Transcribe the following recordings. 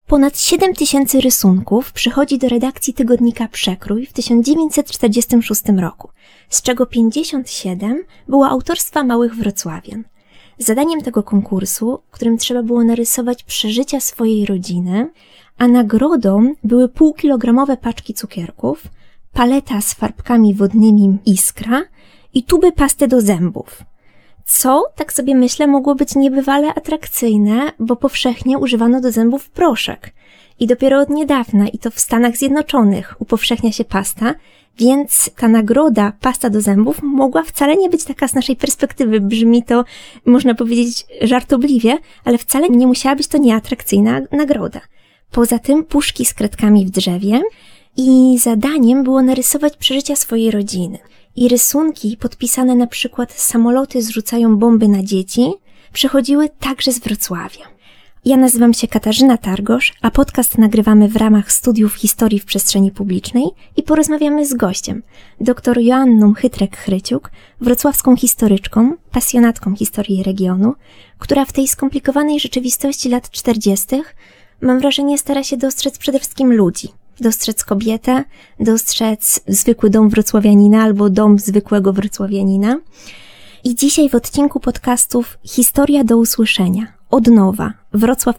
Ponad 7000 rysunków przychodzi do redakcji tygodnika Przekrój w 1946 roku, z czego 57 było autorstwa małych wrocławian. Zadaniem tego konkursu, w którym trzeba było narysować przeżycia swojej rodziny, a nagrodą były półkilogramowe paczki cukierków, paleta z farbkami wodnymi Iskra i tuby pasty do zębów. Co, tak sobie myślę, mogło być niebywale atrakcyjne, bo powszechnie używano do zębów proszek. I dopiero od niedawna, i to w Stanach Zjednoczonych, upowszechnia się pasta, więc ta nagroda pasta do zębów mogła wcale nie być taka z naszej perspektywy. Brzmi to, można powiedzieć, żartobliwie, ale wcale nie musiała być to nieatrakcyjna nagroda. Poza tym puszki z kredkami w drzewie i zadaniem było narysować przeżycia swojej rodziny. I rysunki podpisane na przykład samoloty zrzucają bomby na dzieci przychodziły także z Wrocławia. Ja nazywam się Katarzyna Targosz, a podcast nagrywamy w ramach studiów historii w przestrzeni publicznej i porozmawiamy z gościem, dr Joanną Chytrek-Chryciuk, wrocławską historyczką, pasjonatką historii regionu, która w tej skomplikowanej rzeczywistości lat 40. mam wrażenie stara się dostrzec przede wszystkim ludzi. Dostrzec kobietę, dostrzec zwykły dom wrocławianina albo dom zwykłego wrocławianina. I dzisiaj w odcinku podcastów Historia do usłyszenia, od nowa, Wrocław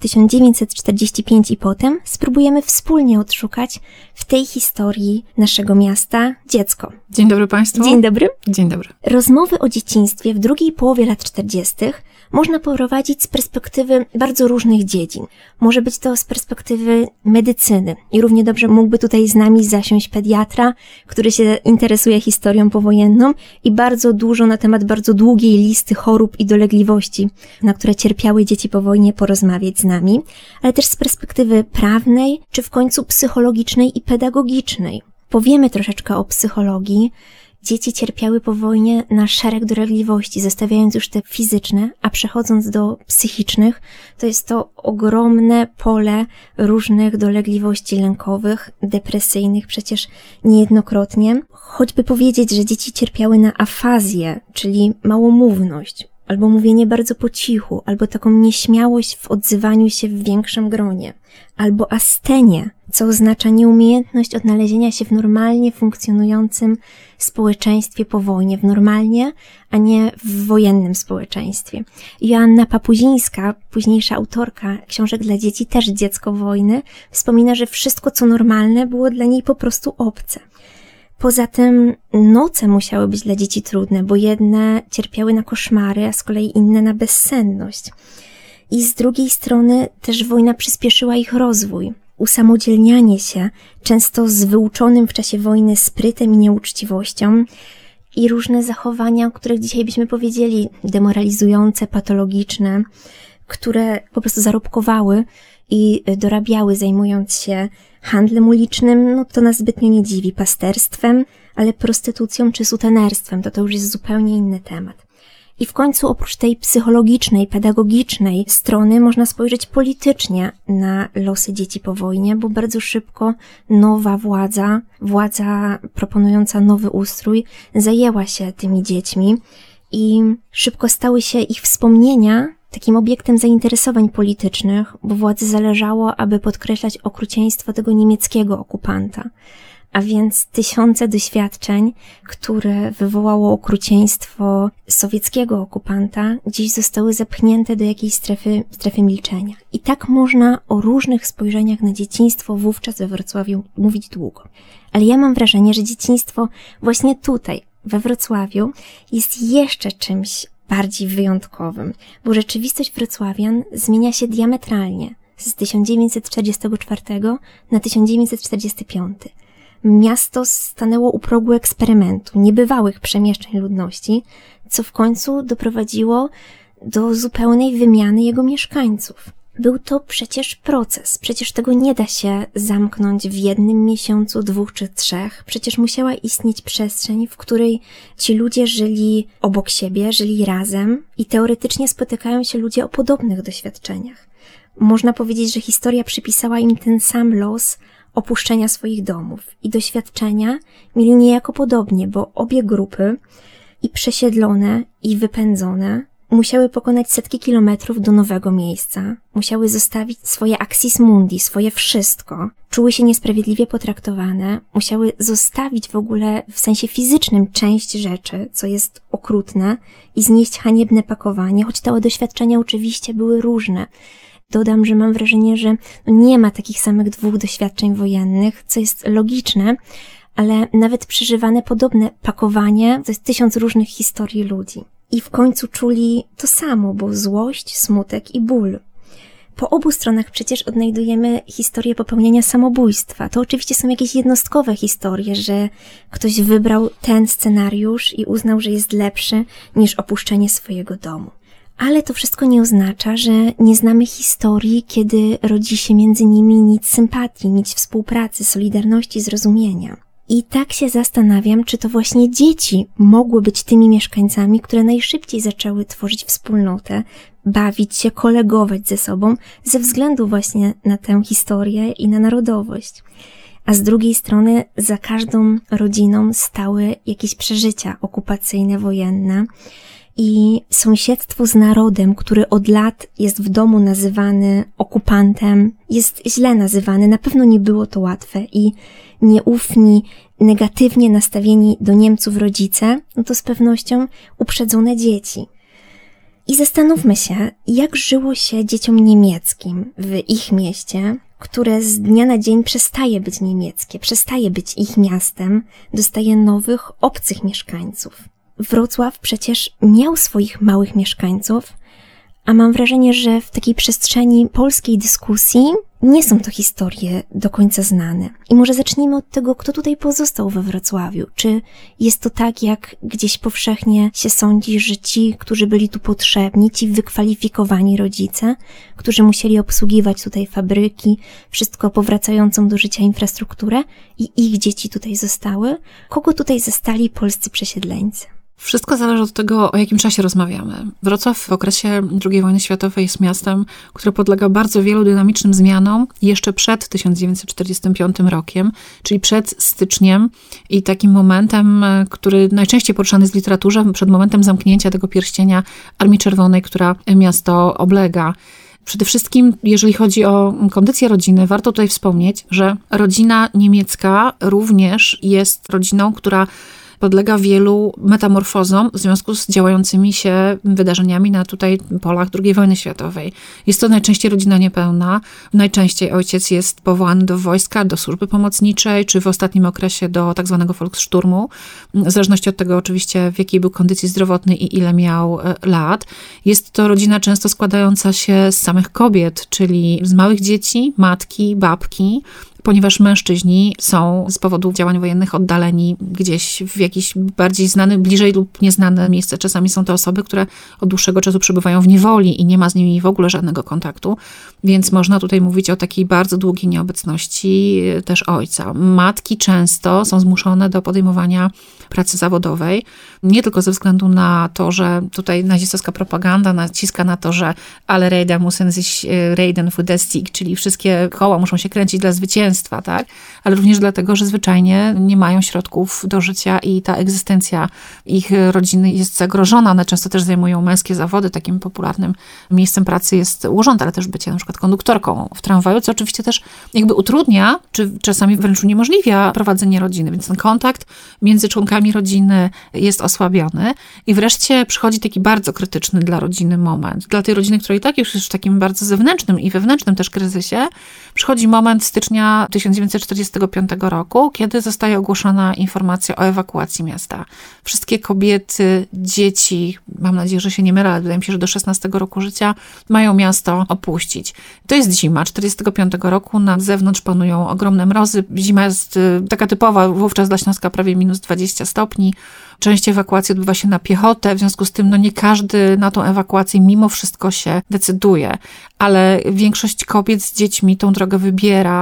1945 i potem spróbujemy wspólnie odszukać w tej historii naszego miasta dziecko. Dzień dobry Państwu. Dzień dobry. Dzień dobry. Rozmowy o dzieciństwie w drugiej połowie lat 40. można poprowadzić z perspektywy bardzo różnych dziedzin. Może być to z perspektywy medycyny i równie dobrze mógłby tutaj z nami zasiąść pediatra, który się interesuje historią powojenną i bardzo dużo na temat bardzo długiej listy chorób i dolegliwości, na które cierpiały dzieci po wojnie, porozmawiać z nami, ale też z perspektywy prawnej, czy w końcu psychologicznej i pedagogicznej. Powiemy troszeczkę o psychologii. Dzieci cierpiały po wojnie na szereg dolegliwości, zostawiając już te fizyczne, a przechodząc do psychicznych, to jest to ogromne pole różnych dolegliwości lękowych, depresyjnych, przecież niejednokrotnie. Choćby powiedzieć, że dzieci cierpiały na afazję, czyli małomówność, albo mówienie bardzo po cichu, albo taką nieśmiałość w odzywaniu się w większym gronie, albo astenię, co oznacza nieumiejętność odnalezienia się w normalnie funkcjonującym społeczeństwie po wojnie, w normalnie, a nie w wojennym społeczeństwie. Joanna Papuzińska, późniejsza autorka książek dla dzieci, też dziecko wojny, wspomina, że wszystko co normalne było dla niej po prostu obce. Poza tym noce musiały być dla dzieci trudne, bo jedne cierpiały na koszmary, a z kolei inne na bezsenność. I z drugiej strony też wojna przyspieszyła ich rozwój. Usamodzielnianie się, często z wyuczonym w czasie wojny sprytem i nieuczciwością i różne zachowania, o których dzisiaj byśmy powiedzieli demoralizujące, patologiczne, które po prostu zarobkowały i dorabiały, zajmując się handlem ulicznym, no to nas zbytnio nie dziwi, pasterstwem, ale prostytucją czy sutenerstwem, to już jest zupełnie inny temat. I w końcu oprócz tej psychologicznej, pedagogicznej strony można spojrzeć politycznie na losy dzieci po wojnie, bo bardzo szybko nowa władza proponująca nowy ustrój zajęła się tymi dziećmi i szybko stały się ich wspomnienia takim obiektem zainteresowań politycznych, bo władzy zależało, aby podkreślać okrucieństwo tego niemieckiego okupanta. A więc tysiące doświadczeń, które wywołało okrucieństwo sowieckiego okupanta, dziś zostały zepchnięte do jakiejś strefy milczenia. I tak można o różnych spojrzeniach na dzieciństwo wówczas we Wrocławiu mówić długo. Ale ja mam wrażenie, że dzieciństwo właśnie tutaj, we Wrocławiu, jest jeszcze czymś bardziej wyjątkowym, bo rzeczywistość wrocławian zmienia się diametralnie z 1944 na 1945. Miasto stanęło u progu eksperymentu, niebywałych przemieszczeń ludności, co w końcu doprowadziło do zupełnej wymiany jego mieszkańców. Był to przecież proces, przecież tego nie da się zamknąć w jednym miesiącu, 2 czy 3. Przecież musiała istnieć przestrzeń, w której ci ludzie żyli obok siebie, żyli razem i teoretycznie spotykają się ludzie o podobnych doświadczeniach. Można powiedzieć, że historia przypisała im ten sam los opuszczenia swoich domów i doświadczenia mieli niejako podobnie, bo obie grupy, i przesiedlone, i wypędzone, musiały pokonać setki kilometrów do nowego miejsca, musiały zostawić swoje axis mundi, swoje wszystko, czuły się niesprawiedliwie potraktowane, musiały zostawić w ogóle w sensie fizycznym część rzeczy, co jest okrutne, i znieść haniebne pakowanie, choć te doświadczenia oczywiście były różne. Dodam, że mam wrażenie, że nie ma takich samych 2 doświadczeń wojennych, co jest logiczne, ale nawet przeżywane podobne pakowanie to jest 1000 różnych historii ludzi. I w końcu czuli to samo, bo złość, smutek i ból. Po obu stronach przecież odnajdujemy historię popełnienia samobójstwa. To oczywiście są jakieś jednostkowe historie, że ktoś wybrał ten scenariusz i uznał, że jest lepszy niż opuszczenie swojego domu. Ale to wszystko nie oznacza, że nie znamy historii, kiedy rodzi się między nimi nic sympatii, nic współpracy, solidarności, zrozumienia. I tak się zastanawiam, czy to właśnie dzieci mogły być tymi mieszkańcami, które najszybciej zaczęły tworzyć wspólnotę, bawić się, kolegować ze sobą, ze względu właśnie na tę historię i na narodowość. A z drugiej strony za każdą rodziną stały jakieś przeżycia okupacyjne, wojenne i sąsiedztwo z narodem, który od lat jest w domu nazywany okupantem, jest źle nazywany, na pewno nie było to łatwe i nieufni, negatywnie nastawieni do Niemców rodzice, no to z pewnością uprzedzone dzieci. I zastanówmy się, jak żyło się dzieciom niemieckim w ich mieście, które z dnia na dzień przestaje być niemieckie, przestaje być ich miastem, dostaje nowych, obcych mieszkańców. Wrocław przecież miał swoich małych mieszkańców, a mam wrażenie, że w takiej przestrzeni polskiej dyskusji nie są to historie do końca znane. I może zacznijmy od tego, kto tutaj pozostał we Wrocławiu. Czy jest to tak, jak gdzieś powszechnie się sądzi, że ci, którzy byli tu potrzebni, ci wykwalifikowani rodzice, którzy musieli obsługiwać tutaj fabryki, wszystko powracającą do życia infrastrukturę i ich dzieci tutaj zostały? Kogo tutaj zastali polscy przesiedleńcy? Wszystko zależy od tego, o jakim czasie rozmawiamy. Wrocław w okresie II wojny światowej jest miastem, które podlega bardzo wielu dynamicznym zmianom jeszcze przed 1945 rokiem, czyli przed styczniem i takim momentem, który najczęściej poruszany jest w literaturze, przed momentem zamknięcia tego pierścienia Armii Czerwonej, która miasto oblega. Przede wszystkim, jeżeli chodzi o kondycję rodziny, warto tutaj wspomnieć, że rodzina niemiecka również jest rodziną, która podlega wielu metamorfozom w związku z działającymi się wydarzeniami na tutaj polach II wojny światowej. Jest to najczęściej rodzina niepełna. Najczęściej ojciec jest powołany do wojska, do służby pomocniczej, czy w ostatnim okresie do tak zwanego Volkssturmu. W zależności od tego oczywiście, w jakiej był kondycji zdrowotnej i ile miał lat. Jest to rodzina często składająca się z samych kobiet, czyli z małych dzieci, matki, babki, ponieważ mężczyźni są z powodu działań wojennych oddaleni gdzieś w jakieś bardziej znane, bliżej lub nieznane miejsce. Czasami są to osoby, które od dłuższego czasu przebywają w niewoli i nie ma z nimi w ogóle żadnego kontaktu, więc można tutaj mówić o takiej bardzo długiej nieobecności też ojca. Matki często są zmuszone do podejmowania pracy zawodowej, nie tylko ze względu na to, że tutaj nazistowska propaganda naciska na to, że alle Räder müssen sich reden für den Sieg, czyli wszystkie koła muszą się kręcić dla zwycięstwa, tak? Ale również dlatego, że zwyczajnie nie mają środków do życia i ta egzystencja ich rodziny jest zagrożona. One często też zajmują męskie zawody. Takim popularnym miejscem pracy jest urząd, ale też bycie na przykład konduktorką w tramwaju, co oczywiście też jakby utrudnia, czy czasami wręcz uniemożliwia prowadzenie rodziny, więc ten kontakt między członkami rodziny jest osłabiony. I wreszcie przychodzi taki bardzo krytyczny dla rodziny moment. Dla tej rodziny, która i tak już jest w takim bardzo zewnętrznym i wewnętrznym też kryzysie, przychodzi moment stycznia 1945 roku, kiedy zostaje ogłoszona informacja o ewakuacji miasta. Wszystkie kobiety, dzieci, mam nadzieję, że się nie mylę, ale wydaje mi się, że do 16 roku życia mają miasto opuścić. To jest zima 1945 roku, na zewnątrz panują ogromne mrozy. Zima jest taka typowa, wówczas dla Śląska prawie minus 20 stopni. Część ewakuacji odbywa się na piechotę, w związku z tym nie każdy na tą ewakuację mimo wszystko się decyduje, ale większość kobiet z dziećmi tą drogę wybiera, być może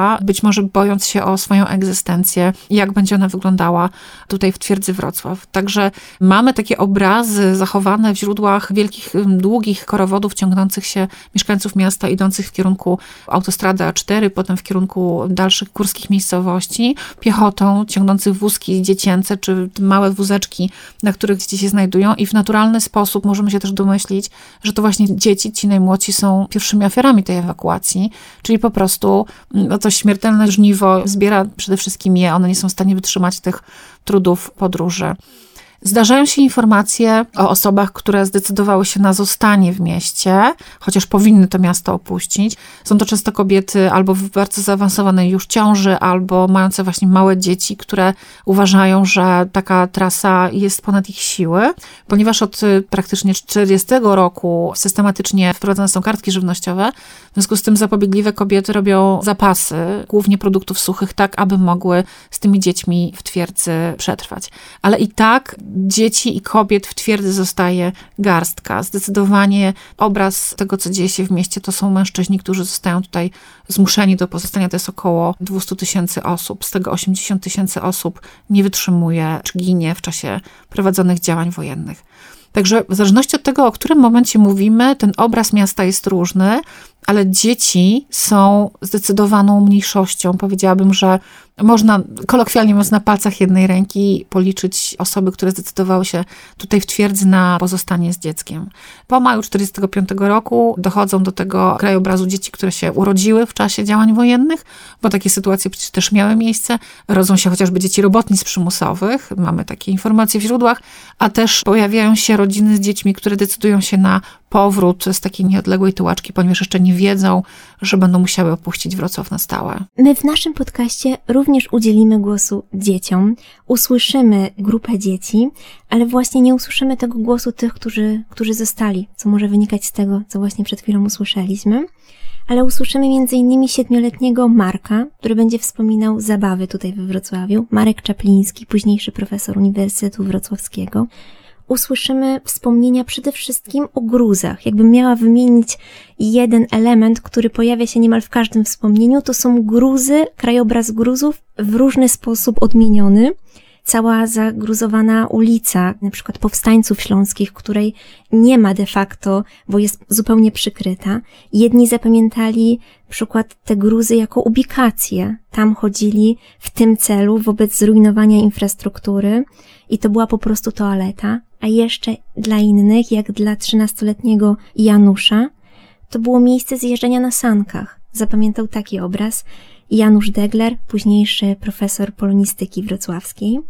może bojąc się o swoją egzystencję, jak będzie ona wyglądała tutaj w twierdzy Wrocław. Także mamy takie obrazy zachowane w źródłach wielkich, długich korowodów ciągnących się mieszkańców miasta, idących w kierunku autostrady A4, potem w kierunku dalszych górskich miejscowości, piechotą, ciągnących wózki dziecięce, czy małe wózeczki, na których dzieci się znajdują i w naturalny sposób możemy się też domyślić, że to właśnie dzieci, ci najmłodsi są pierwszymi ofiarami tej ewakuacji, czyli po prostu to śmiertelne żniwo zbiera przede wszystkim je, one nie są w stanie wytrzymać tych trudów podróży. Zdarzają się informacje o osobach, które zdecydowały się na zostanie w mieście, chociaż powinny to miasto opuścić. Są to często kobiety albo w bardzo zaawansowanej już ciąży, albo mające właśnie małe dzieci, które uważają, że taka trasa jest ponad ich siły, ponieważ od praktycznie 40 roku systematycznie wprowadzane są kartki żywnościowe. W związku z tym zapobiegliwe kobiety robią zapasy, głównie produktów suchych, tak aby mogły z tymi dziećmi w twierdzy przetrwać. Ale i tak dzieci i kobiet w twierdzy zostaje garstka. Zdecydowanie obraz tego, co dzieje się w mieście, to są mężczyźni, którzy zostają tutaj zmuszeni do pozostania. To jest około 200 000 osób. Z tego 80 000 osób nie wytrzymuje czy ginie w czasie prowadzonych działań wojennych. Także w zależności od tego, o którym momencie mówimy, ten obraz miasta jest różny, ale dzieci są zdecydowaną mniejszością. Powiedziałabym, że można, kolokwialnie mówiąc, na palcach jednej ręki policzyć osoby, które zdecydowały się tutaj w twierdzy na pozostanie z dzieckiem. Po maju 1945 roku dochodzą do tego krajobrazu dzieci, które się urodziły w czasie działań wojennych, bo takie sytuacje przecież też miały miejsce. Rodzą się chociażby dzieci robotnic przymusowych, mamy takie informacje w źródłach, a też pojawiają się rodziny z dziećmi, które decydują się na powrót z takiej nieodległej tułaczki, ponieważ jeszcze nie wiedzą, że będą musiały opuścić Wrocław na stałe. My w naszym podcaście również udzielimy głosu dzieciom, usłyszymy grupę dzieci, ale właśnie nie usłyszymy tego głosu tych, którzy zostali, co może wynikać z tego, co właśnie przed chwilą usłyszeliśmy. Ale usłyszymy m.in. 7-letniego Marka, który będzie wspominał zabawy tutaj we Wrocławiu. Marek Czapliński, późniejszy profesor Uniwersytetu Wrocławskiego. Usłyszymy wspomnienia przede wszystkim o gruzach. Jakbym miała wymienić jeden element, który pojawia się niemal w każdym wspomnieniu, to są gruzy, krajobraz gruzów w różny sposób odmieniony. Cała zagruzowana ulica, na przykład powstańców śląskich, której nie ma de facto, bo jest zupełnie przykryta. Jedni zapamiętali przykład te gruzy jako ubikację. Tam chodzili w tym celu wobec zrujnowania infrastruktury i to była po prostu toaleta. A jeszcze dla innych, jak dla 13-letniego Janusza, to było miejsce zjeżdżania na sankach. Zapamiętał taki obraz Janusz Degler, późniejszy profesor polonistyki wrocławskiej.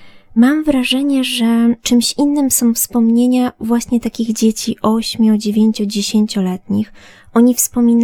Mam wrażenie, że czymś innym są wspomnienia właśnie takich dzieci 8, 9, 10-letnich. Oni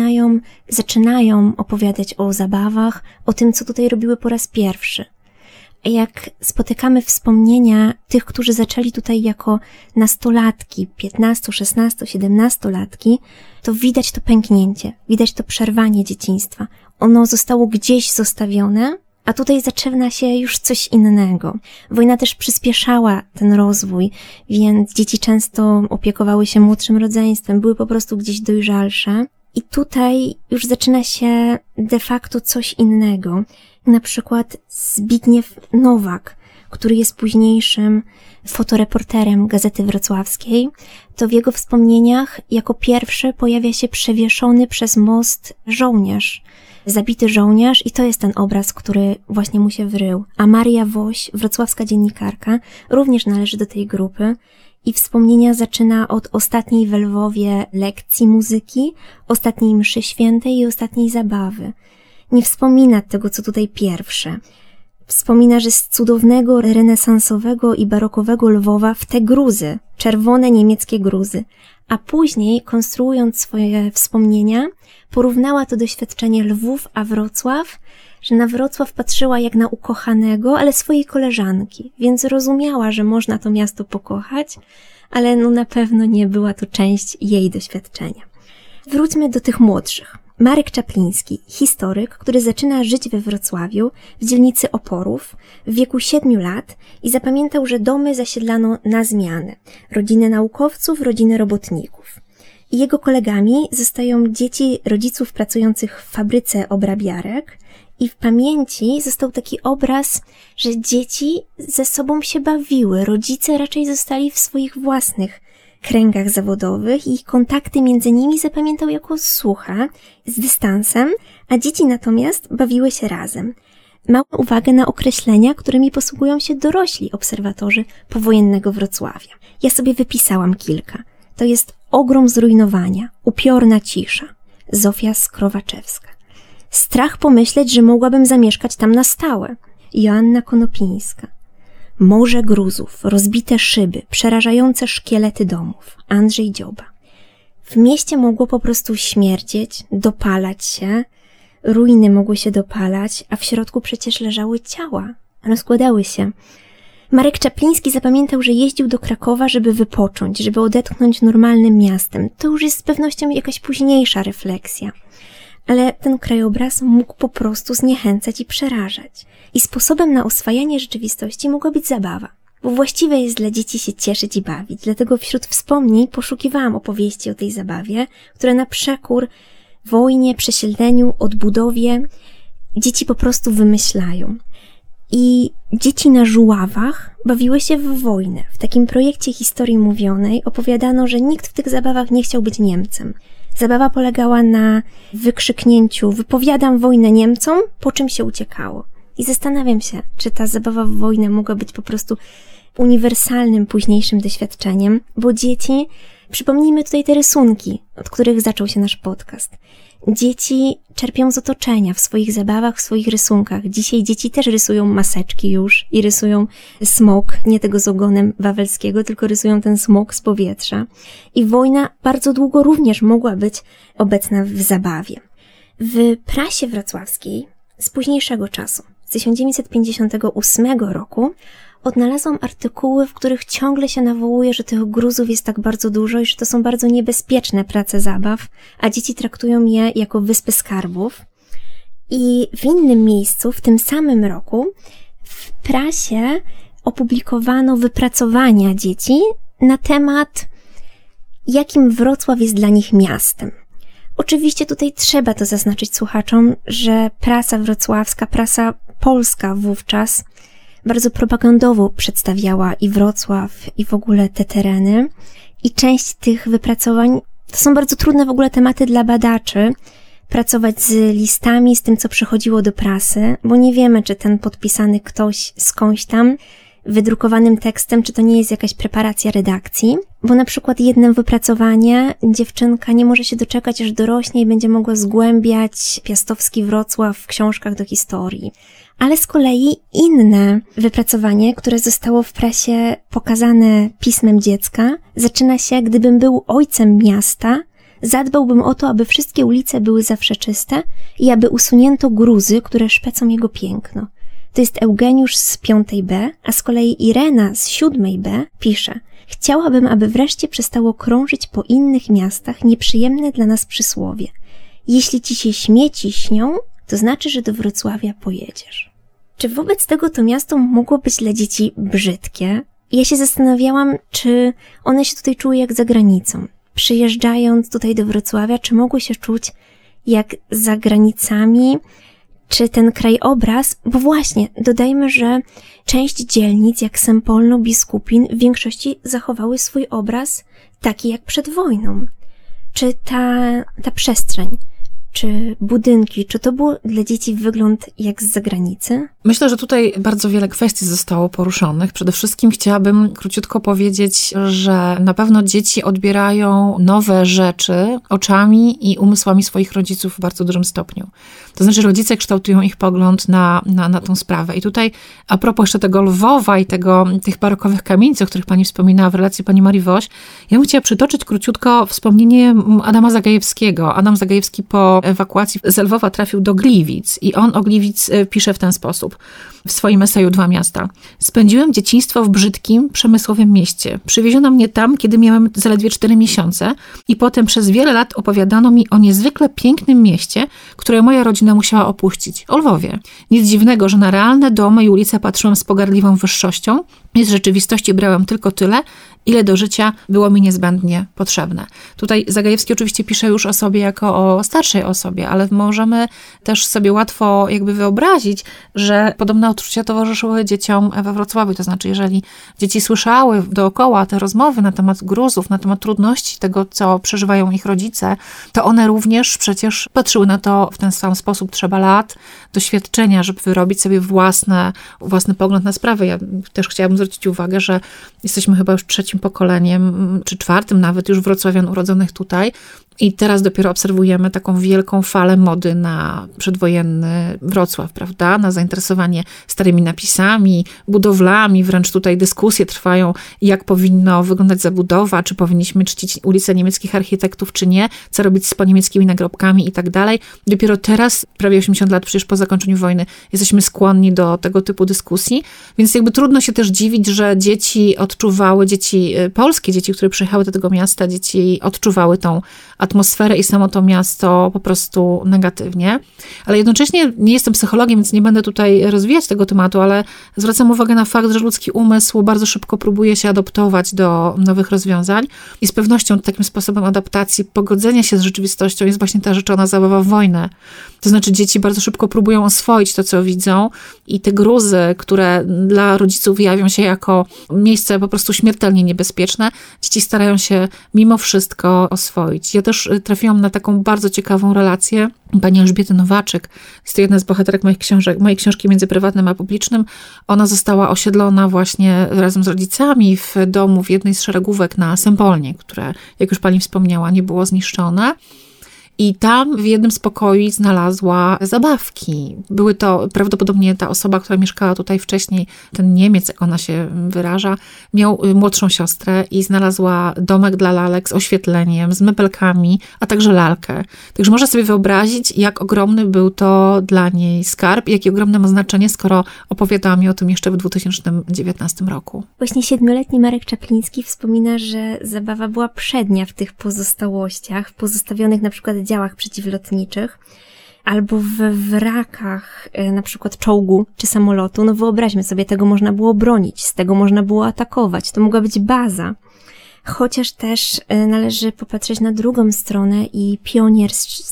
zaczynają opowiadać o zabawach, o tym, co tutaj robiły po raz pierwszy. A jak spotykamy wspomnienia tych, którzy zaczęli tutaj jako nastolatki, 15, 16, 17-latki, to widać to pęknięcie, widać to przerwanie dzieciństwa. Ono zostało gdzieś zostawione, a tutaj zaczyna się już coś innego. Wojna też przyspieszała ten rozwój, więc dzieci często opiekowały się młodszym rodzeństwem, były po prostu gdzieś dojrzalsze. I tutaj już zaczyna się de facto coś innego. Na przykład Zbigniew Nowak, który jest późniejszym fotoreporterem Gazety Wrocławskiej, to w jego wspomnieniach jako pierwszy pojawia się przewieszony przez most żołnierz, zabity żołnierz i to jest ten obraz, który właśnie mu się wrył. A Maria Woś, wrocławska dziennikarka, również należy do tej grupy i wspomnienia zaczyna od ostatniej w Lwowie lekcji muzyki, ostatniej mszy świętej i ostatniej zabawy. Nie wspomina tego, co tutaj pierwsze. Wspomina, że z cudownego, renesansowego i barokowego Lwowa w te gruzy, czerwone niemieckie gruzy, a później, konstruując swoje wspomnienia, porównała to doświadczenie Lwów a Wrocław, że na Wrocław patrzyła jak na ukochanego, ale swojej koleżanki, więc rozumiała, że można to miasto pokochać, ale na pewno nie była to część jej doświadczenia. Wróćmy do tych młodszych. Marek Czapliński, historyk, który zaczyna żyć we Wrocławiu w dzielnicy Oporów w wieku 7 lat i zapamiętał, że domy zasiedlano na zmianę. Rodziny naukowców, rodziny robotników. I jego kolegami zostają dzieci rodziców pracujących w fabryce obrabiarek I w pamięci został taki obraz, że dzieci ze sobą się bawiły, rodzice raczej zostali w swoich własnych kręgach zawodowych i ich kontakty między nimi zapamiętał jako suche, z dystansem, a dzieci natomiast bawiły się razem. Mała uwagę na określenia, którymi posługują się dorośli obserwatorzy powojennego Wrocławia. Ja sobie wypisałam kilka. To jest ogrom zrujnowania, upiorna cisza, Zofia Skrowaczewska. Strach pomyśleć, że mogłabym zamieszkać tam na stałe, Joanna Konopińska. Morze gruzów, rozbite szyby, przerażające szkielety domów, Andrzej Dzioba. W mieście mogło po prostu śmierdzieć, dopalać się, ruiny mogły się dopalać, a w środku przecież leżały ciała, rozkładały się. Marek Czapliński zapamiętał, że jeździł do Krakowa, żeby wypocząć, żeby odetchnąć normalnym miastem. To już jest z pewnością jakaś późniejsza refleksja. Ale ten krajobraz mógł po prostu zniechęcać i przerażać. I sposobem na oswajanie rzeczywistości mogła być zabawa. Bo właściwe jest dla dzieci się cieszyć i bawić. Dlatego wśród wspomnień poszukiwałam opowieści o tej zabawie, które na przekór wojnie, przesiedleniu, odbudowie dzieci po prostu wymyślają. I dzieci na Żuławach bawiły się w wojnę. W takim projekcie historii mówionej opowiadano, że nikt w tych zabawach nie chciał być Niemcem. Zabawa polegała na wykrzyknięciu wypowiadam wojnę Niemcom, po czym się uciekało. I zastanawiam się, czy ta zabawa w wojnę mogła być po prostu uniwersalnym późniejszym doświadczeniem, bo dzieci, przypomnijmy tutaj te rysunki, od których zaczął się nasz podcast. Dzieci czerpią z otoczenia w swoich zabawach, w swoich rysunkach. Dzisiaj dzieci też rysują maseczki już i rysują smok, nie tego z ogonem wawelskiego, tylko rysują ten smok z powietrza. I wojna bardzo długo również mogła być obecna w zabawie. W prasie wrocławskiej z późniejszego czasu, z 1958 roku, odnalazłam artykuły, w których ciągle się nawołuje, że tych gruzów jest tak bardzo dużo i że to są bardzo niebezpieczne place zabaw, a dzieci traktują je jako wyspy skarbów. I w innym miejscu, w tym samym roku, w prasie opublikowano wypracowania dzieci na temat, jakim Wrocław jest dla nich miastem. Oczywiście tutaj trzeba to zaznaczyć słuchaczom, że prasa wrocławska, prasa polska wówczas bardzo propagandowo przedstawiała i Wrocław, i w ogóle te tereny. I część tych wypracowań to są bardzo trudne w ogóle tematy dla badaczy. Pracować z listami, z tym, co przychodziło do prasy, bo nie wiemy, czy ten podpisany ktoś skądś tam, wydrukowanym tekstem, czy to nie jest jakaś preparacja redakcji. Bo na przykład jedno wypracowanie, dziewczynka nie może się doczekać, aż dorośnie i będzie mogła zgłębiać piastowski Wrocław w książkach do historii. Ale z kolei inne wypracowanie, które zostało w prasie pokazane pismem dziecka, zaczyna się: gdybym był ojcem miasta, zadbałbym o to, aby wszystkie ulice były zawsze czyste i aby usunięto gruzy, które szpecą jego piękno. To jest Eugeniusz z 5B, a z kolei Irena z 7B pisze: chciałabym, aby wreszcie przestało krążyć po innych miastach nieprzyjemne dla nas przysłowie. Jeśli ci się śmieci śnią, to znaczy, że do Wrocławia pojedziesz. Czy wobec tego to miasto mogło być dla dzieci brzydkie? Ja się zastanawiałam, czy one się tutaj czuły jak za granicą. Przyjeżdżając tutaj do Wrocławia, czy mogły się czuć jak za granicami, czy ten krajobraz, bo właśnie, dodajmy, że część dzielnic, jak Sępolno, Biskupin, w większości zachowały swój obraz taki jak przed wojną. Czy ta przestrzeń, czy budynki, czy to był dla dzieci wygląd jak z zagranicy? Myślę, że tutaj bardzo wiele kwestii zostało poruszonych. Przede wszystkim chciałabym króciutko powiedzieć, że na pewno dzieci odbierają nowe rzeczy oczami i umysłami swoich rodziców w bardzo dużym stopniu. To znaczy rodzice kształtują ich pogląd na tą sprawę. I tutaj a propos jeszcze tego Lwowa i tych barokowych kamienic, o których pani wspominała w relacji pani Marii Woś, ja bym chciała przytoczyć króciutko wspomnienie Adama Zagajewskiego. Adam Zagajewski po ewakuacji z Lwowa trafił do Gliwic i on o Gliwic pisze w ten sposób w swoim eseju Dwa miasta. Spędziłem dzieciństwo w brzydkim, przemysłowym mieście. Przywieziono mnie tam, kiedy miałem zaledwie 4 miesiące i potem przez wiele lat opowiadano mi o niezwykle pięknym mieście, które moja rodzina musiała opuścić. O Lwowie. Nic dziwnego, że na realne domy i ulice patrzyłem z pogardliwą wyższością, Z rzeczywistości brałem tylko tyle, ile do życia było mi niezbędnie potrzebne. Tutaj Zagajewski oczywiście pisze już o sobie jako o starszej osobie, ale możemy też sobie łatwo jakby wyobrazić, że podobne odczucia towarzyszyły dzieciom we Wrocławiu. To znaczy, jeżeli dzieci słyszały dookoła te rozmowy na temat gruzów, na temat trudności tego, co przeżywają ich rodzice, to one również przecież patrzyły na to w ten sam sposób. Trzeba lat doświadczenia, żeby wyrobić sobie własny pogląd na sprawę. Ja też chciałabym zwrócić uwagę, że jesteśmy chyba już 3. pokoleniem, czy 4. nawet już wrocławian urodzonych tutaj. I teraz dopiero obserwujemy taką wielką falę mody na przedwojenny Wrocław, prawda? Na zainteresowanie starymi napisami, budowlami, wręcz tutaj dyskusje trwają, jak powinno wyglądać zabudowa, czy powinniśmy czcić ulice niemieckich architektów, czy nie, co robić z poniemieckimi nagrobkami i tak dalej. Dopiero teraz, prawie 80 lat przecież po zakończeniu wojny, jesteśmy skłonni do tego typu dyskusji, więc jakby trudno się też dziwić, że dzieci odczuwały, polskie dzieci, które przyjechały do tego miasta, dzieci odczuwały tą atmosferę i samo to miasto po prostu negatywnie. Ale jednocześnie nie jestem psychologiem, więc nie będę tutaj rozwijać tego tematu, ale zwracam uwagę na fakt, że ludzki umysł bardzo szybko próbuje się adaptować do nowych rozwiązań i z pewnością takim sposobem adaptacji, pogodzenia się z rzeczywistością jest właśnie ta rzeczona zabawa w wojnę. To znaczy dzieci bardzo szybko próbują oswoić to, co widzą i te gruzy, które dla rodziców jawią się jako miejsce po prostu śmiertelnie niebezpieczne, dzieci starają się mimo wszystko oswoić. Ja też trafiłam na taką bardzo ciekawą relację pani Elżbiety Nowaczyk. Jest to jedna z bohaterek mojej książki Między prywatnym a publicznym. Ona została osiedlona właśnie razem z rodzicami w domu w jednej z szeregówek na Sępolnie, które, jak już pani wspomniała, nie było zniszczone. I tam w jednym z pokoi znalazła zabawki. Były to prawdopodobnie ta osoba, która mieszkała tutaj wcześniej, ten Niemiec, jak ona się wyraża, miał młodszą siostrę i znalazła domek dla lalek z oświetleniem, z mebelkami, a także lalkę. Także można sobie wyobrazić, jak ogromny był to dla niej skarb i jakie ogromne ma znaczenie, skoro opowiadała mi o tym jeszcze w 2019 roku. Właśnie 7-letni Marek Czapliński wspomina, że zabawa była przednia w tych pozostałościach, w pozostawionych na przykład działach przeciwlotniczych, albo w wrakach na przykład czołgu czy samolotu. No wyobraźmy sobie, tego można było bronić, z tego można było atakować, to mogła być baza. Chociaż też należy popatrzeć na drugą stronę i Pionier z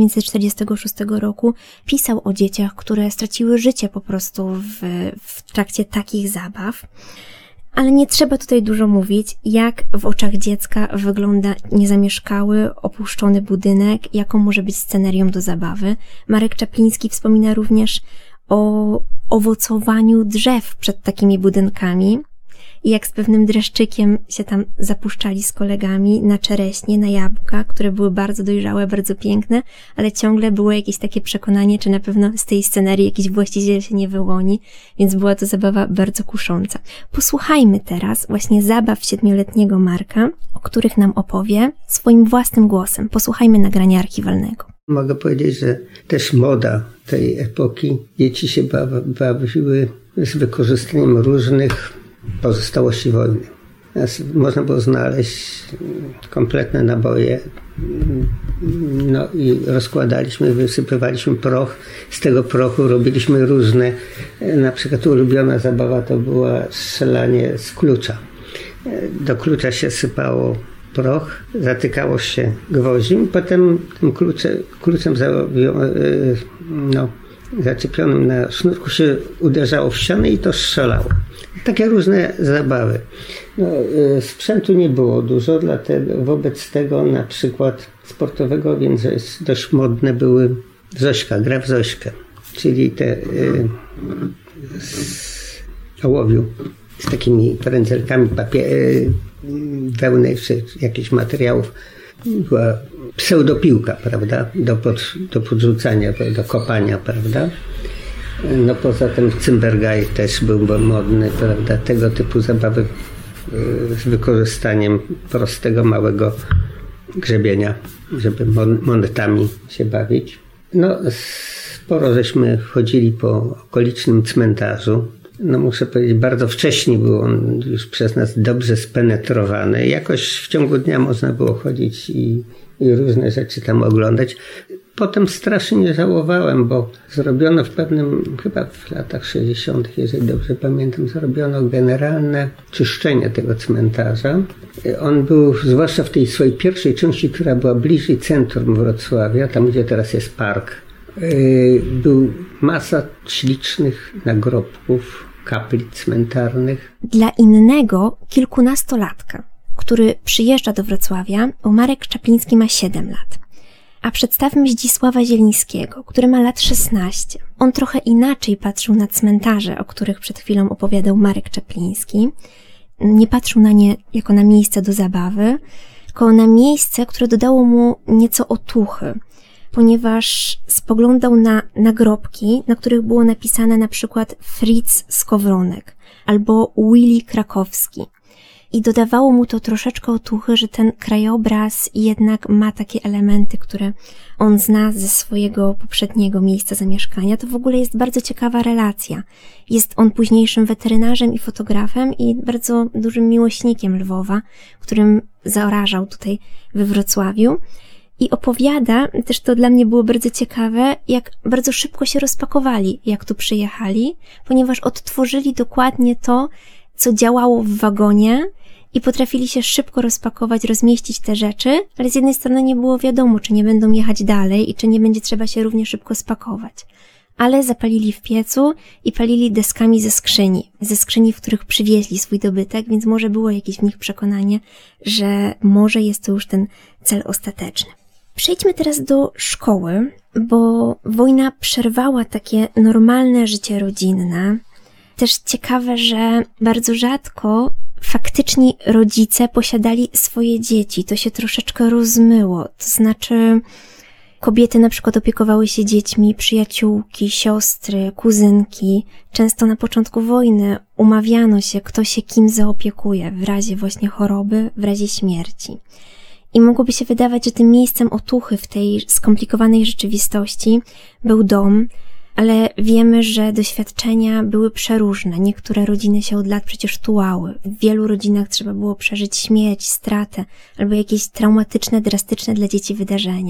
1946 roku pisał o dzieciach, które straciły życie po prostu w trakcie takich zabaw. Ale nie trzeba tutaj dużo mówić, jak w oczach dziecka wygląda niezamieszkały, opuszczony budynek, jaką może być scenerią do zabawy. Marek Czapliński wspomina również o owocowaniu drzew przed takimi budynkami i jak z pewnym dreszczykiem się tam zapuszczali z kolegami na czereśnie, na jabłka, które były bardzo dojrzałe, bardzo piękne, ale ciągle było jakieś takie przekonanie, czy na pewno z tej scenerii jakiś właściciel się nie wyłoni, więc była to zabawa bardzo kusząca. Posłuchajmy teraz właśnie zabaw 7-letniego Marka, o których nam opowie swoim własnym głosem. Posłuchajmy nagrania archiwalnego. Mogę powiedzieć, że też moda tej epoki, dzieci się bawiły z wykorzystaniem różnych pozostałości wojny. Można było znaleźć kompletne naboje, no i rozkładaliśmy, wysypywaliśmy proch. Z tego prochu robiliśmy różne, na przykład ulubiona zabawa to była strzelanie z klucza. Do klucza się sypało proch, zatykało się gwoździem, potem tym kluczem zaczepionym na sznurku się uderzało w ścianę i to strzelało. Takie różne zabawy. Sprzętu nie było dużo, dlatego wobec tego na przykład sportowego, więc dość modne były gra w Zośkę, czyli te z ołowiu, z takimi prędzelkami wełny czy jakichś materiałów. Była pseudopiłka, prawda, do podrzucania, do kopania, prawda. No poza tym Cymbergaj też był modny, prawda, tego typu zabawy z wykorzystaniem prostego, małego grzebienia, żeby monetami się bawić. No sporo żeśmy chodzili po okolicznym cmentarzu. No muszę powiedzieć, bardzo wcześnie był on już przez nas dobrze spenetrowany. Jakoś w ciągu dnia można było chodzić i różne rzeczy tam oglądać. potem strasznie nie żałowałem, bo zrobiono w pewnym, chyba w latach 60., jeżeli dobrze pamiętam, zrobiono generalne czyszczenie tego cmentarza. On był, zwłaszcza w tej swojej pierwszej części, która była bliżej centrum Wrocławia, tam gdzie teraz jest park, był masa ślicznych nagrobków, kaplic cmentarnych. Dla innego kilkunastolatka, który przyjeżdża do Wrocławia, bo Marek Czapliński ma 7 lat. A przedstawmy Zdzisława Zielińskiego, który ma lat 16. On trochę inaczej patrzył na cmentarze, o których przed chwilą opowiadał Marek Czapliński. Nie patrzył na nie jako na miejsce do zabawy, tylko na miejsce, które dodało mu nieco otuchy, ponieważ spoglądał na nagrobki, na których było napisane na przykład Fritz Skowronek albo Willy Krakowski. I dodawało mu to troszeczkę otuchy, że ten krajobraz jednak ma takie elementy, które on zna ze swojego poprzedniego miejsca zamieszkania. To w ogóle jest bardzo ciekawa relacja. Jest on późniejszym weterynarzem i fotografem i bardzo dużym miłośnikiem Lwowa, którym zarażał tutaj we Wrocławiu. I opowiada, też to dla mnie było bardzo ciekawe, jak bardzo szybko się rozpakowali, jak tu przyjechali, ponieważ odtworzyli dokładnie to, co działało w wagonie i potrafili się szybko rozpakować, rozmieścić te rzeczy, ale z jednej strony nie było wiadomo, czy nie będą jechać dalej i czy nie będzie trzeba się równie szybko spakować. Ale zapalili w piecu i palili deskami ze skrzyni, w których przywieźli swój dobytek, więc może było jakieś w nich przekonanie, że może jest to już ten cel ostateczny. Przejdźmy teraz do szkoły, bo wojna przerwała takie normalne życie rodzinne. Też ciekawe, że bardzo rzadko faktyczni rodzice posiadali swoje dzieci. To się troszeczkę rozmyło. To znaczy kobiety na przykład opiekowały się dziećmi, przyjaciółki, siostry, kuzynki. Często na początku wojny umawiano się, kto się kim zaopiekuje w razie właśnie choroby, w razie śmierci. I mogłoby się wydawać, że tym miejscem otuchy w tej skomplikowanej rzeczywistości był dom, ale wiemy, że doświadczenia były przeróżne. Niektóre rodziny się od lat przecież tułały. W wielu rodzinach trzeba było przeżyć śmierć, stratę albo jakieś traumatyczne, drastyczne dla dzieci wydarzenia.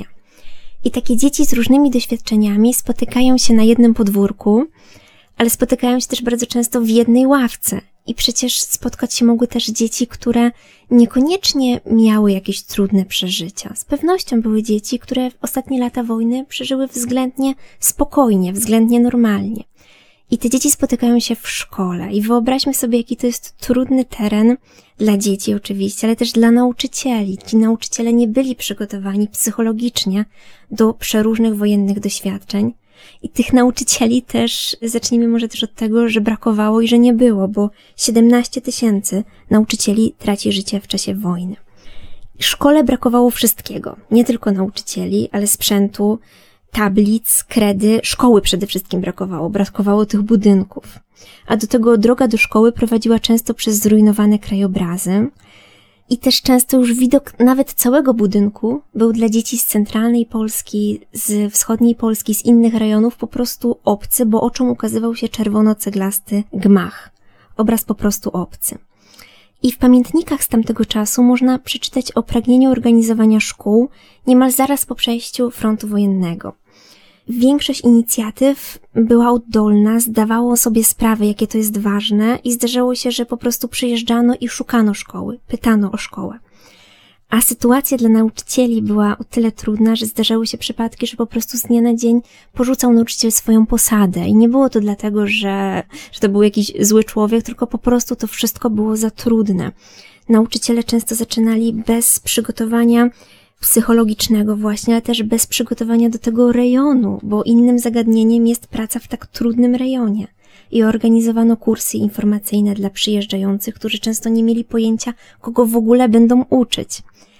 I takie dzieci z różnymi doświadczeniami spotykają się na jednym podwórku, ale spotykają się też bardzo często w jednej ławce. I przecież spotkać się mogły też dzieci, które niekoniecznie miały jakieś trudne przeżycia. Z pewnością były dzieci, które w ostatnie lata wojny przeżyły względnie spokojnie, względnie normalnie. I te dzieci spotykają się w szkole. I wyobraźmy sobie, jaki to jest trudny teren dla dzieci oczywiście, ale też dla nauczycieli. Ci nauczyciele nie byli przygotowani psychologicznie do przeróżnych wojennych doświadczeń. I tych nauczycieli też, zacznijmy może też od tego, że brakowało i że nie było, bo 17 000 nauczycieli traci życie w czasie wojny. Szkole brakowało wszystkiego, nie tylko nauczycieli, ale sprzętu, tablic, kredy, szkoły przede wszystkim brakowało tych budynków. A do tego droga do szkoły prowadziła często przez zrujnowane krajobrazy. I też często już widok nawet całego budynku był dla dzieci z centralnej Polski, z wschodniej Polski, z innych rejonów po prostu obcy, bo oczom ukazywał się czerwono-ceglasty gmach. Obraz po prostu obcy. I w pamiętnikach z tamtego czasu można przeczytać o pragnieniu organizowania szkół niemal zaraz po przejściu frontu wojennego. Większość inicjatyw była oddolna, zdawało sobie sprawę, jakie to jest ważne i zdarzało się, że po prostu przyjeżdżano i szukano szkoły, pytano o szkołę. A sytuacja dla nauczycieli była o tyle trudna, że zdarzały się przypadki, że po prostu z dnia na dzień porzucał nauczyciel swoją posadę. I nie było to dlatego, że to był jakiś zły człowiek, tylko po prostu to wszystko było za trudne. Nauczyciele często zaczynali bez przygotowania psychologicznego właśnie, ale też bez przygotowania do tego rejonu, bo innym zagadnieniem jest praca w tak trudnym rejonie. I organizowano kursy informacyjne dla przyjeżdżających, którzy często nie mieli pojęcia, kogo w ogóle będą uczyć.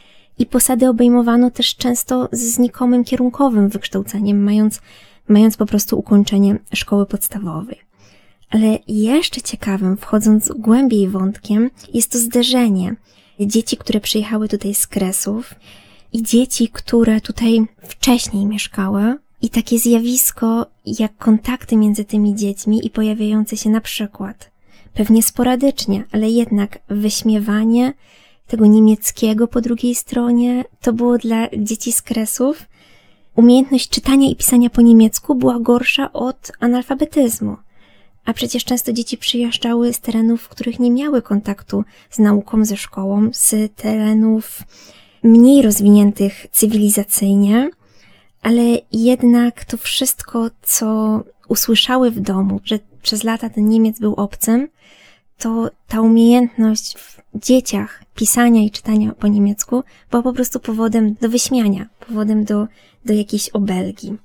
I posady obejmowano też często z znikomym kierunkowym wykształceniem, mając po prostu ukończenie szkoły podstawowej. Ale jeszcze ciekawym, wchodząc głębiej wątkiem, jest to zderzenie dzieci, które przyjechały tutaj z Kresów i dzieci, które tutaj wcześniej mieszkały, i takie zjawisko jak kontakty między tymi dziećmi i pojawiające się na przykład, pewnie sporadycznie, ale jednak wyśmiewanie tego niemieckiego po drugiej stronie, to było dla dzieci z Kresów umiejętność czytania i pisania po niemiecku była gorsza od analfabetyzmu. A przecież często dzieci przyjeżdżały z terenów, w których nie miały kontaktu z nauką, ze szkołą, z terenów mniej rozwiniętych cywilizacyjnie, ale jednak to wszystko, co usłyszały w domu, że przez lata ten Niemiec był obcym, to ta umiejętność w dzieciach pisania i czytania po niemiecku była po prostu powodem do wyśmiania, powodem do jakiejś obelgi.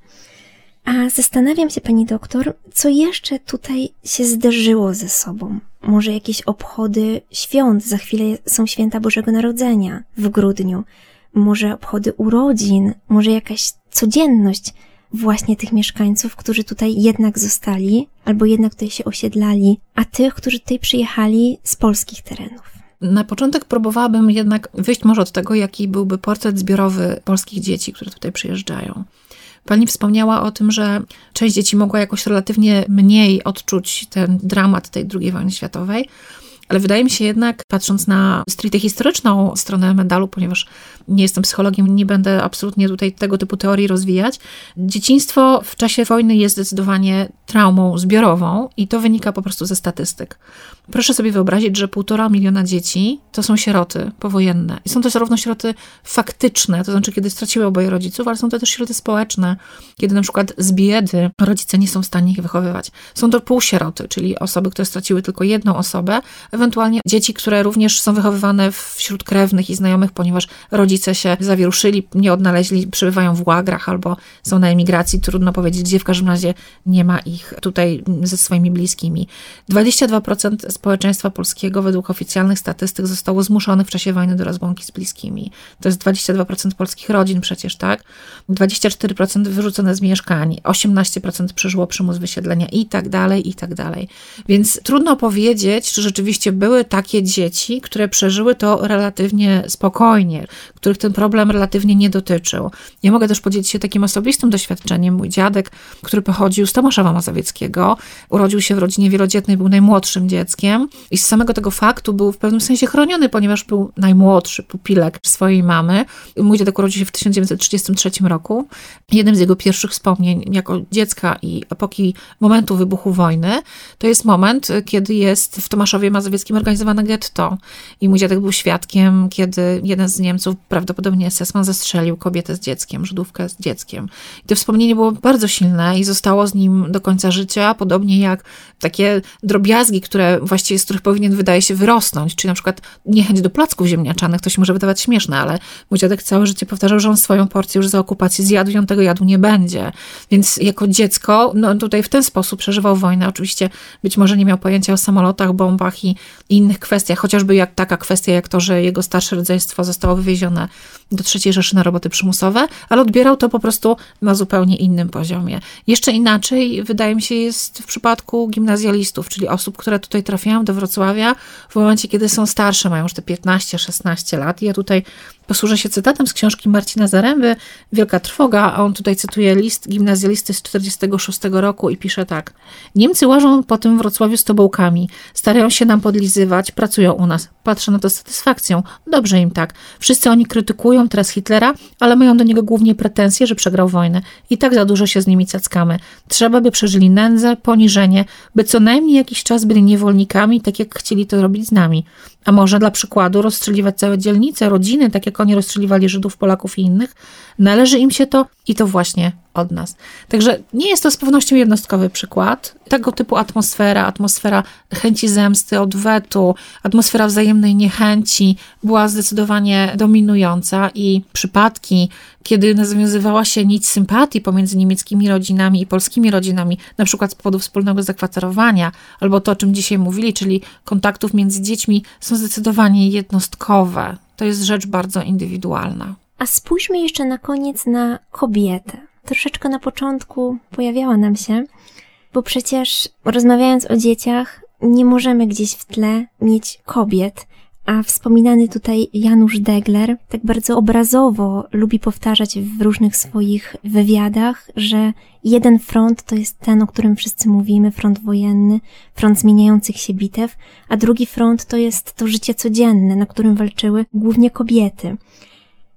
A zastanawiam się, pani doktor, co jeszcze tutaj się zderzyło ze sobą? Może jakieś obchody świąt, za chwilę są święta Bożego Narodzenia w grudniu, może obchody urodzin, może jakaś codzienność właśnie tych mieszkańców, którzy tutaj jednak zostali, albo jednak tutaj się osiedlali, a tych, którzy tutaj przyjechali z polskich terenów. Na początek próbowałabym jednak wyjść może od tego, jaki byłby portret zbiorowy polskich dzieci, które tutaj przyjeżdżają. Pani wspomniała o tym, że część dzieci mogła jakoś relatywnie mniej odczuć ten dramat tej II wojny światowej, ale wydaje mi się jednak, patrząc na stricte historyczną stronę medalu, ponieważ nie jestem psychologiem, nie będę absolutnie tutaj tego typu teorii rozwijać, dzieciństwo w czasie wojny jest zdecydowanie traumą zbiorową i to wynika po prostu ze statystyk. Proszę sobie wyobrazić, że 1,5 miliona dzieci to są sieroty powojenne. I są to zarówno sieroty faktyczne, to znaczy kiedy straciły oboje rodziców, ale są to też sieroty społeczne, kiedy na przykład z biedy rodzice nie są w stanie ich wychowywać. Są to półsieroty, czyli osoby, które straciły tylko jedną osobę, ewentualnie dzieci, które również są wychowywane wśród krewnych i znajomych, ponieważ rodzice się zawieruszyli, nie odnaleźli, przebywają w łagrach albo są na emigracji, trudno powiedzieć gdzie, w każdym razie nie ma ich tutaj ze swoimi bliskimi. 22% społeczeństwa polskiego według oficjalnych statystyk zostało zmuszonych w czasie wojny do rozłąki z bliskimi. To jest 22% polskich rodzin przecież, tak? 24% wyrzucone z mieszkań, 18% przeżyło przymus wysiedlenia i tak dalej, i tak dalej. Więc trudno powiedzieć, czy rzeczywiście były takie dzieci, które przeżyły to relatywnie spokojnie, których ten problem relatywnie nie dotyczył. Ja mogę też podzielić się takim osobistym doświadczeniem. Mój dziadek, który pochodził z Tomaszowa Mazowieckiego, urodził się w rodzinie wielodzietnej, był najmłodszym dzieckiem i z samego tego faktu był w pewnym sensie chroniony, ponieważ był najmłodszy pupilek swojej mamy. Mój dziadek urodził się w 1933 roku. Jednym z jego pierwszych wspomnień jako dziecka i epoki momentu wybuchu wojny, to jest moment, kiedy jest w Tomaszowie Mazowieckim organizowane getto. I mój dziadek był świadkiem, kiedy jeden z Niemców, prawdopodobnie esesman, zastrzelił kobietę z dzieckiem, Żydówkę z dzieckiem. I to wspomnienie było bardzo silne i zostało z nim do końca życia, podobnie jak takie drobiazgi, które właściwie z których powinien, wydaje się, wyrosnąć, czyli na przykład niechęć do placków ziemniaczanych, to się może wydawać śmieszne, ale mój dziadek całe życie powtarzał, że on swoją porcję już za okupacji zjadł i on tego jadu nie będzie. Więc jako dziecko, no tutaj w ten sposób przeżywał wojnę. Oczywiście być może nie miał pojęcia o samolotach, bombach i innych kwestiach, chociażby jak taka kwestia, jak to, że jego starsze rodzeństwo zostało wywiezione do III Rzeszy na roboty przymusowe, ale odbierał to po prostu na zupełnie innym poziomie. Jeszcze inaczej, wydaje mi się, jest w przypadku gimnazjalistów, czyli osób, które tutaj trafiają do Wrocławia w momencie, kiedy są starsze, mają już te 15-16 lat. I ja tutaj posłużę się cytatem z książki Marcina Zaręby, Wielka Trwoga, a on tutaj cytuje list gimnazjalisty z 1946 roku i pisze tak. Niemcy łażą po tym Wrocławiu z tobołkami, starają się nam podlizywać, pracują u nas. Patrzę na to z satysfakcją. Dobrze im tak. Wszyscy oni krytykują teraz Hitlera, ale mają do niego głównie pretensje, że przegrał wojnę. I tak za dużo się z nimi cackamy. Trzeba, by przeżyli nędzę, poniżenie, by co najmniej jakiś czas byli niewolnikami, tak jak chcieli to robić z nami. A może dla przykładu rozstrzeliwać całe dzielnice, rodziny, tak jak oni rozstrzeliwali Żydów, Polaków i innych. Należy im się to i to właśnie od nas. Także nie jest to z pewnością jednostkowy przykład. Tego typu atmosfera chęci zemsty, odwetu, atmosfera wzajemnej niechęci była zdecydowanie dominująca i przypadki, kiedy nawiązywała się nić sympatii pomiędzy niemieckimi rodzinami i polskimi rodzinami, na przykład z powodu wspólnego zakwaterowania, albo to, o czym dzisiaj mówili, czyli kontaktów między dziećmi, są zdecydowanie jednostkowe. To jest rzecz bardzo indywidualna. A spójrzmy jeszcze na koniec na kobietę. Troszeczkę na początku pojawiała nam się, bo przecież rozmawiając o dzieciach, nie możemy gdzieś w tle mieć kobiet, a wspominany tutaj Janusz Degler tak bardzo obrazowo lubi powtarzać w różnych swoich wywiadach, że jeden front to jest ten, o którym wszyscy mówimy, front wojenny, front zmieniających się bitew, a drugi front to jest to życie codzienne, na którym walczyły głównie kobiety.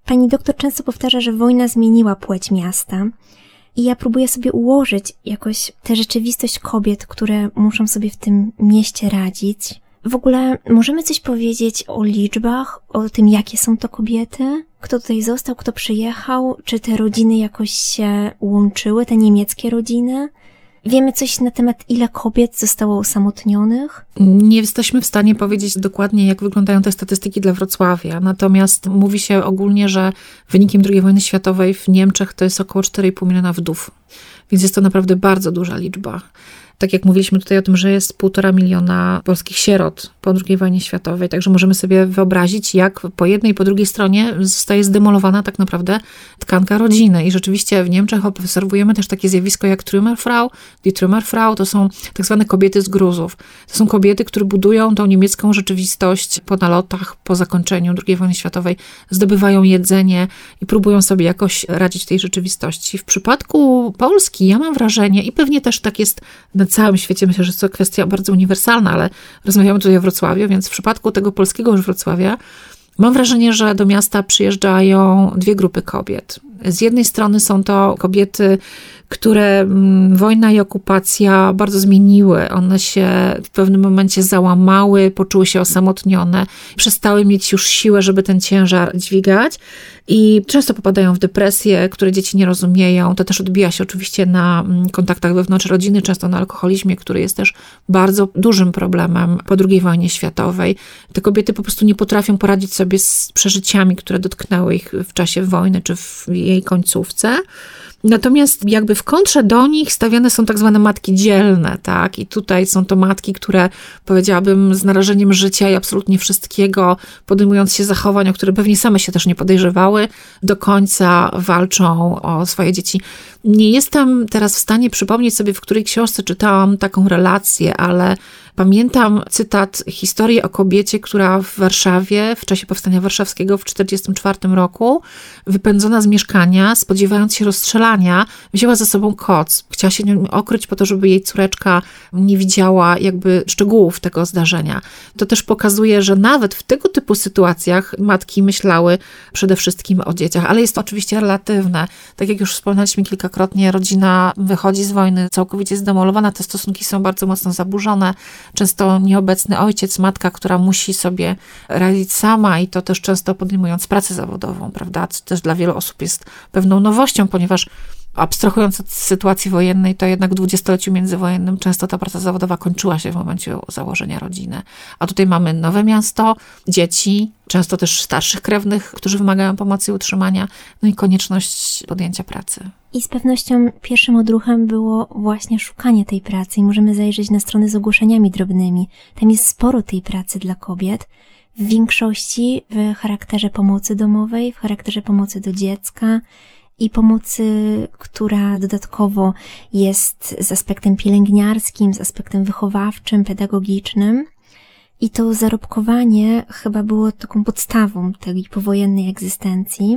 Pani doktor często powtarza, że wojna zmieniła płeć miasta. I ja próbuję sobie ułożyć jakoś tę rzeczywistość kobiet, które muszą sobie w tym mieście radzić. W ogóle możemy coś powiedzieć o liczbach, o tym, jakie są to kobiety? Kto tutaj został, kto przyjechał? Czy te rodziny jakoś się łączyły, te niemieckie rodziny? Wiemy coś na temat, ile kobiet zostało osamotnionych? Nie jesteśmy w stanie powiedzieć dokładnie, jak wyglądają te statystyki dla Wrocławia. Natomiast mówi się ogólnie, że wynikiem II wojny światowej w Niemczech to jest około 4,5 miliona wdów. Więc jest to naprawdę bardzo duża liczba. Tak jak mówiliśmy tutaj o tym, że jest 1,5 miliona polskich sierot po II wojnie światowej, także możemy sobie wyobrazić, jak po jednej i po drugiej stronie zostaje zdemolowana tak naprawdę tkanka rodziny. I rzeczywiście w Niemczech obserwujemy też takie zjawisko jak Trümmerfrau. Die Trümmerfrau to są tak zwane kobiety z gruzów. To są kobiety, które budują tą niemiecką rzeczywistość po nalotach, po zakończeniu II wojny światowej, zdobywają jedzenie i próbują sobie jakoś radzić w tej rzeczywistości. W przypadku Polski ja mam wrażenie, i pewnie też tak jest na całym świecie, myślę, że jest to kwestia bardzo uniwersalna, ale rozmawiamy tutaj o Wrocławiu, więc w przypadku tego polskiego już Wrocławia mam wrażenie, że do miasta przyjeżdżają dwie grupy kobiet. Z jednej strony są to kobiety, które wojna i okupacja bardzo zmieniły. One się w pewnym momencie załamały, poczuły się osamotnione, przestały mieć już siłę, żeby ten ciężar dźwigać i często popadają w depresję, które dzieci nie rozumieją. To też odbija się oczywiście na kontaktach wewnątrz rodziny, często na alkoholizmie, który jest też bardzo dużym problemem po II wojnie światowej. Te kobiety po prostu nie potrafią poradzić sobie z przeżyciami, które dotknęły ich w czasie wojny czy w jej końcówce. Natomiast jakby w kontrze do nich stawiane są tak zwane matki dzielne, tak? I tutaj są to matki, które, powiedziałabym, z narażeniem życia i absolutnie wszystkiego, podejmując się zachowań, o które pewnie same się też nie podejrzewały, do końca walczą o swoje dzieci. Nie jestem teraz w stanie przypomnieć sobie, w której książce czytałam taką relację, ale pamiętam cytat, historię o kobiecie, która w Warszawie, w czasie Powstania Warszawskiego w 1944 roku, wypędzona z mieszkania, spodziewając się rozstrzelania, wzięła ze sobą koc. Chciała się nim okryć po to, żeby jej córeczka nie widziała jakby szczegółów tego zdarzenia. To też pokazuje, że nawet w tego typu sytuacjach matki myślały przede wszystkim o dzieciach, ale jest to oczywiście relatywne. Tak jak już wspomnieliśmy kilkakrotnie, rodzina wychodzi z wojny całkowicie zdemolowana, te stosunki są bardzo mocno zaburzone. Często nieobecny ojciec, matka, która musi sobie radzić sama i to też często podejmując pracę zawodową, prawda? Co też dla wielu osób jest pewną nowością, ponieważ abstrahując od sytuacji wojennej, to jednak w dwudziestoleciu międzywojennym często ta praca zawodowa kończyła się w momencie założenia rodziny. A tutaj mamy nowe miasto, dzieci, często też starszych krewnych, którzy wymagają pomocy i utrzymania, no i konieczność podjęcia pracy. I z pewnością pierwszym odruchem było właśnie szukanie tej pracy i możemy zajrzeć na strony z ogłoszeniami drobnymi. Tam jest sporo tej pracy dla kobiet, w większości w charakterze pomocy domowej, w charakterze pomocy do dziecka i pomocy, która dodatkowo jest z aspektem pielęgniarskim, z aspektem wychowawczym, pedagogicznym. I to zarobkowanie chyba było taką podstawą tej powojennej egzystencji.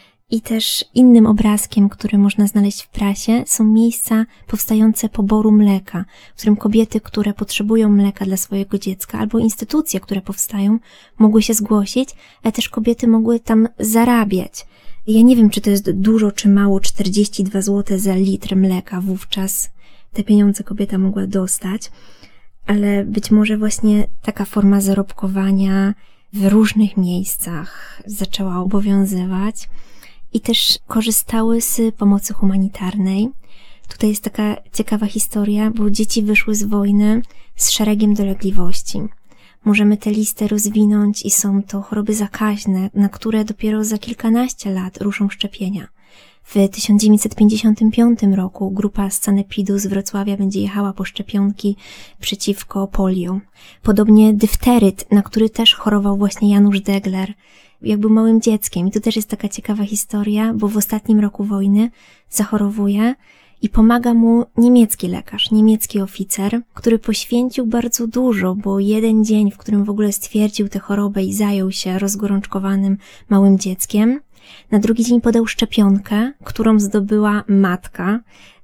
I też innym obrazkiem, który można znaleźć w prasie, są miejsca powstające poboru mleka, w którym kobiety, które potrzebują mleka dla swojego dziecka, albo instytucje, które powstają, mogły się zgłosić, ale też kobiety mogły tam zarabiać. Ja nie wiem, czy to jest dużo, czy mało, 42 zł za litr mleka wówczas te pieniądze kobieta mogła dostać, ale być może właśnie taka forma zarobkowania w różnych miejscach zaczęła obowiązywać. I też korzystały z pomocy humanitarnej. Tutaj jest taka ciekawa historia, bo dzieci wyszły z wojny z szeregiem dolegliwości. Możemy tę listę rozwinąć i są to choroby zakaźne, na które dopiero za kilkanaście lat ruszą szczepienia. W 1955 roku grupa z Sanepidu z Wrocławia będzie jechała po szczepionki przeciwko polio. Podobnie dyfteryt, na który też chorował właśnie Janusz Degler, jak był małym dzieckiem. I to też jest taka ciekawa historia, bo w ostatnim roku wojny zachorowuje i pomaga mu niemiecki lekarz, niemiecki oficer, który poświęcił bardzo dużo, bo jeden dzień, w którym w ogóle stwierdził tę chorobę i zajął się rozgorączkowanym małym dzieckiem, na drugi dzień podał szczepionkę, którą zdobyła matka,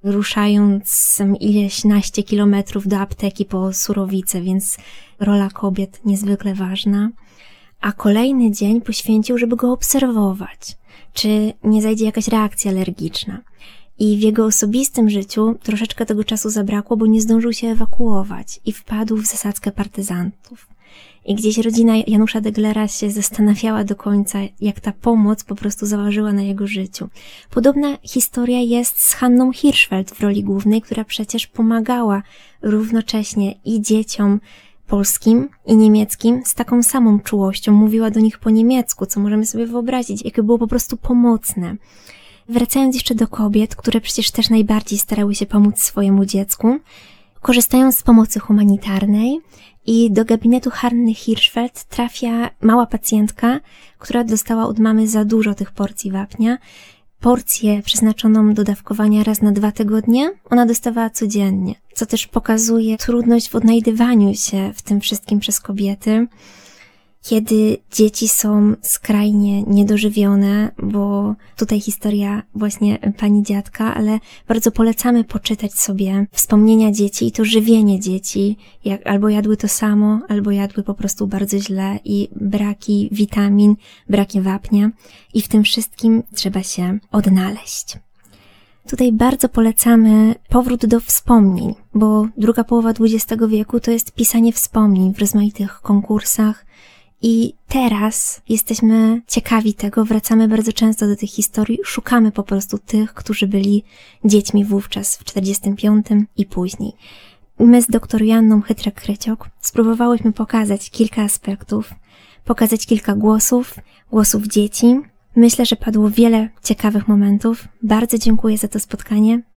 ruszając ileś naście kilometrów do apteki po surowicę, więc rola kobiet niezwykle ważna. A kolejny dzień poświęcił, żeby go obserwować. czy nie zajdzie jakaś reakcja alergiczna. I w jego osobistym życiu troszeczkę tego czasu zabrakło, bo nie zdążył się ewakuować i wpadł w zasadzkę partyzantów. I gdzieś rodzina Janusza Deglera się zastanawiała do końca, jak ta pomoc po prostu zaważyła na jego życiu. Podobna historia jest z Hanną Hirschfeld w roli głównej, która przecież pomagała równocześnie i dzieciom polskim i niemieckim z taką samą czułością. Mówiła do nich po niemiecku, co możemy sobie wyobrazić, jakie było po prostu pomocne. Wracając jeszcze do kobiet, które przecież też najbardziej starały się pomóc swojemu dziecku, korzystają z pomocy humanitarnej i do gabinetu Hanny Hirschfeld trafia mała pacjentka, która dostała od mamy za dużo tych porcji wapnia. Porcję przeznaczoną do dawkowania raz na 2 tygodnie ona dostawała codziennie, co też pokazuje trudność w odnajdywaniu się w tym wszystkim przez kobiety, kiedy dzieci są skrajnie niedożywione, bo tutaj historia właśnie pani dziadka, ale bardzo polecamy poczytać sobie wspomnienia dzieci i to żywienie dzieci, jak albo jadły to samo, albo jadły po prostu bardzo źle i braki witamin, braki wapnia i w tym wszystkim trzeba się odnaleźć. Tutaj bardzo polecamy powrót do wspomnień, bo druga połowa XX wieku to jest pisanie wspomnień w rozmaitych konkursach, i teraz jesteśmy ciekawi tego, wracamy bardzo często do tych historii, szukamy po prostu tych, którzy byli dziećmi wówczas w 45 i później. My z dr Joanną Chytrek-Kryciok spróbowałyśmy pokazać kilka aspektów, pokazać kilka głosów dzieci. Myślę, że padło wiele ciekawych momentów. Bardzo dziękuję za to spotkanie.